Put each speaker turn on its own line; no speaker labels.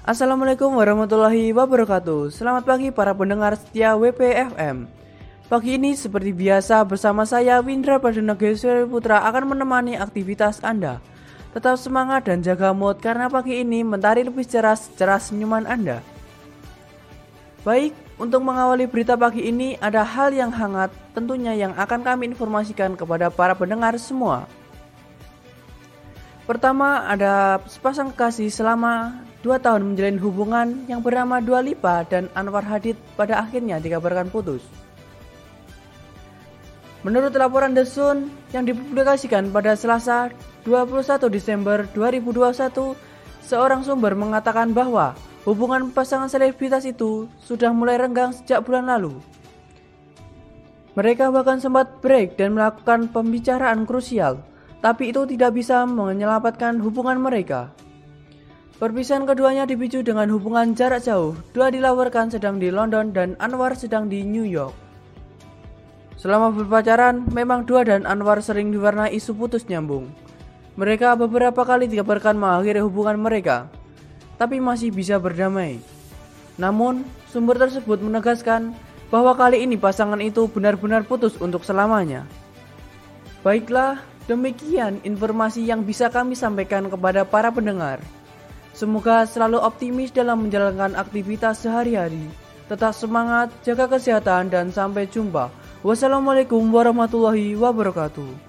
Assalamualaikum warahmatullahi wabarakatuh. Selamat pagi para pendengar setia WPFM. Pagi ini seperti biasa bersama saya Windra Pradana Geswari Putra akan menemani aktivitas Anda. Tetap semangat dan jaga mood karena pagi ini mentari lebih cerah senyuman Anda. Baik, untuk mengawali berita pagi ini ada hal yang hangat tentunya yang akan kami informasikan kepada para pendengar semua. Pertama, ada sepasang kekasih selama 2 tahun menjalin hubungan yang bernama Dua Lipa dan Anwar Hadid pada akhirnya dikabarkan putus. Menurut laporan The Sun yang dipublikasikan pada Selasa 21 Desember 2021, seorang sumber mengatakan bahwa hubungan pasangan selebritas itu sudah mulai renggang sejak bulan lalu. Mereka bahkan sempat break dan melakukan pembicaraan krusial, tapi itu tidak bisa menyelamatkan hubungan mereka. Perpisahan keduanya dipicu dengan hubungan jarak jauh. Dua dilaporkan sedang di London dan Anwar sedang di New York. Selama berpacaran, memang Dua dan Anwar sering diwarnai isu putus nyambung. Mereka beberapa kali dikabarkan mengakhiri hubungan mereka, tapi masih bisa berdamai. Namun, sumber tersebut menegaskan bahwa kali ini pasangan itu benar-benar putus untuk selamanya. Baiklah, demikian informasi yang bisa kami sampaikan kepada para pendengar. Semoga selalu optimis dalam menjalankan aktivitas sehari-hari. Tetap semangat, jaga kesehatan, dan sampai jumpa. Wassalamualaikum warahmatullahi wabarakatuh.